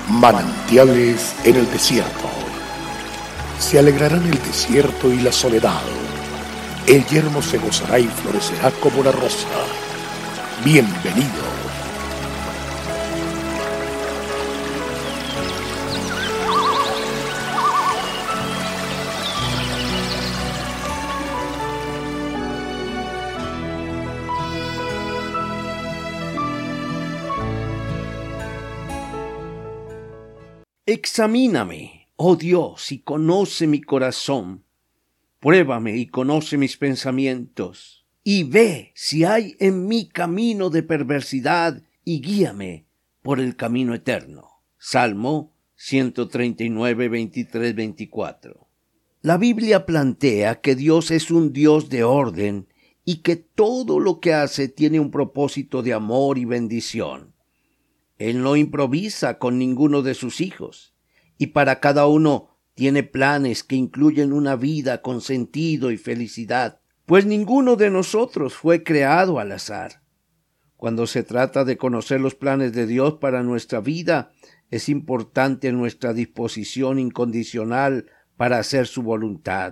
Manantiales en el desierto. Se alegrarán el desierto y la soledad. El yermo se gozará y florecerá como la rosa. Bienvenido. Examíname, oh Dios, y conoce mi corazón. Pruébame y conoce mis pensamientos. Y ve si hay en mí camino de perversidad y guíame por el camino eterno. Salmo 139, 23, 24. La Biblia plantea que Dios es un Dios de orden y que todo lo que hace tiene un propósito de amor y bendición. Él no improvisa con ninguno de sus hijos, y para cada uno tiene planes que incluyen una vida con sentido y felicidad, pues ninguno de nosotros fue creado al azar. Cuando se trata de conocer los planes de Dios para nuestra vida, es importante nuestra disposición incondicional para hacer su voluntad.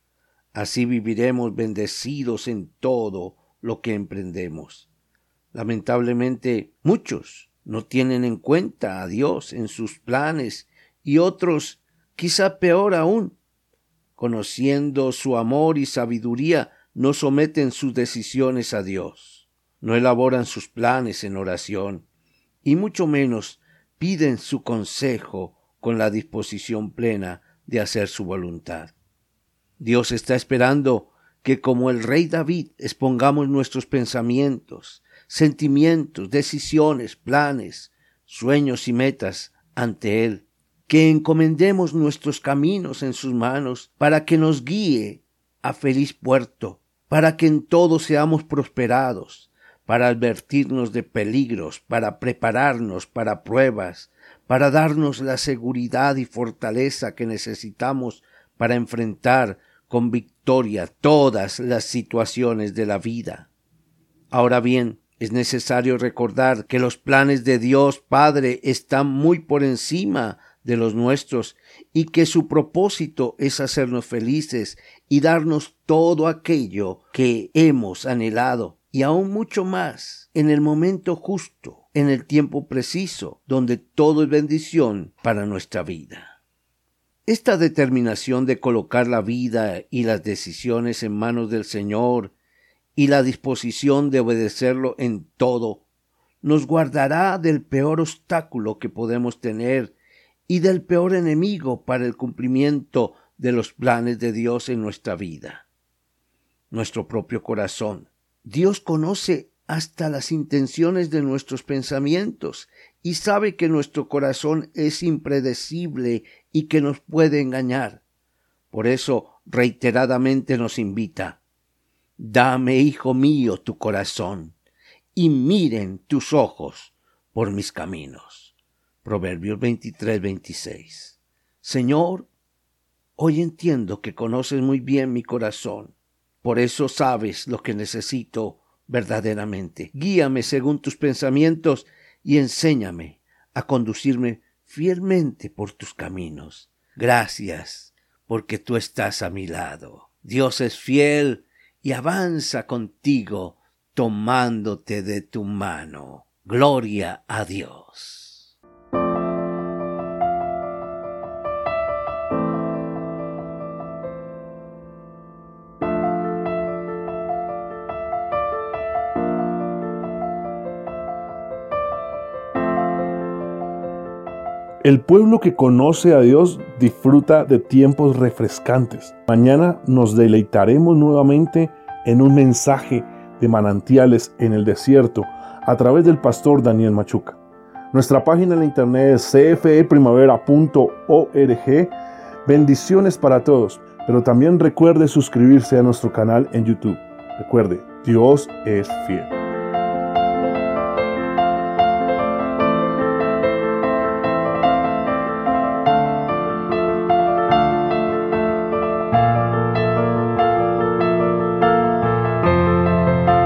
Así viviremos bendecidos en todo lo que emprendemos. Lamentablemente, muchos no tienen en cuenta a Dios en sus planes y otros, quizá peor aún, conociendo su amor y sabiduría, no someten sus decisiones a Dios, no elaboran sus planes en oración y mucho menos piden su consejo con la disposición plena de hacer su voluntad. Dios está esperando que como el rey David expongamos nuestros pensamientos, sentimientos, decisiones, planes, sueños y metas ante Él, que encomendemos nuestros caminos en sus manos para que nos guíe a feliz puerto, para que en todo seamos prosperados, para advertirnos de peligros, para prepararnos para pruebas, para darnos la seguridad y fortaleza que necesitamos para enfrentar con victoria todas las situaciones de la vida. Ahora bien, es necesario recordar que los planes de Dios Padre están muy por encima de los nuestros y que su propósito es hacernos felices y darnos todo aquello que hemos anhelado y aún mucho más en el momento justo, en el tiempo preciso, donde todo es bendición para nuestra vida. Esta determinación de colocar la vida y las decisiones en manos del Señor y la disposición de obedecerlo en todo, nos guardará del peor obstáculo que podemos tener y del peor enemigo para el cumplimiento de los planes de Dios en nuestra vida. Nuestro propio corazón. Dios conoce hasta las intenciones de nuestros pensamientos y sabe que nuestro corazón es impredecible y que nos puede engañar. Por eso reiteradamente nos invita: dame, hijo mío, tu corazón, y miren tus ojos por mis caminos. Proverbios 23, 26. Señor, hoy entiendo que conoces muy bien mi corazón. Por eso sabes lo que necesito verdaderamente. Guíame según tus pensamientos y enséñame a conducirme fielmente por tus caminos. Gracias, porque tú estás a mi lado. Dios es fiel y avanza contigo, tomándote de tu mano. Gloria a Dios. El pueblo que conoce a Dios disfruta de tiempos refrescantes. Mañana nos deleitaremos nuevamente en un mensaje de manantiales en el desierto a través del pastor Daniel Machuca. Nuestra página en la internet es cfeprimavera.org. Bendiciones para todos, pero también recuerde suscribirse a nuestro canal en YouTube. Recuerde, Dios es fiel.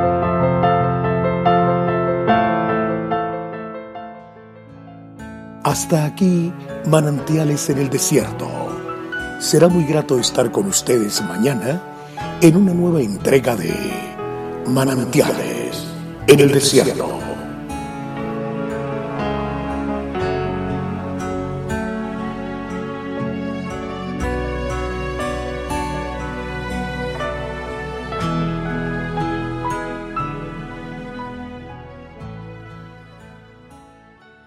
Ha Hasta aquí, Manantiales en el Desierto. Será muy grato estar con ustedes mañana en una nueva entrega de Manantiales en el Desierto.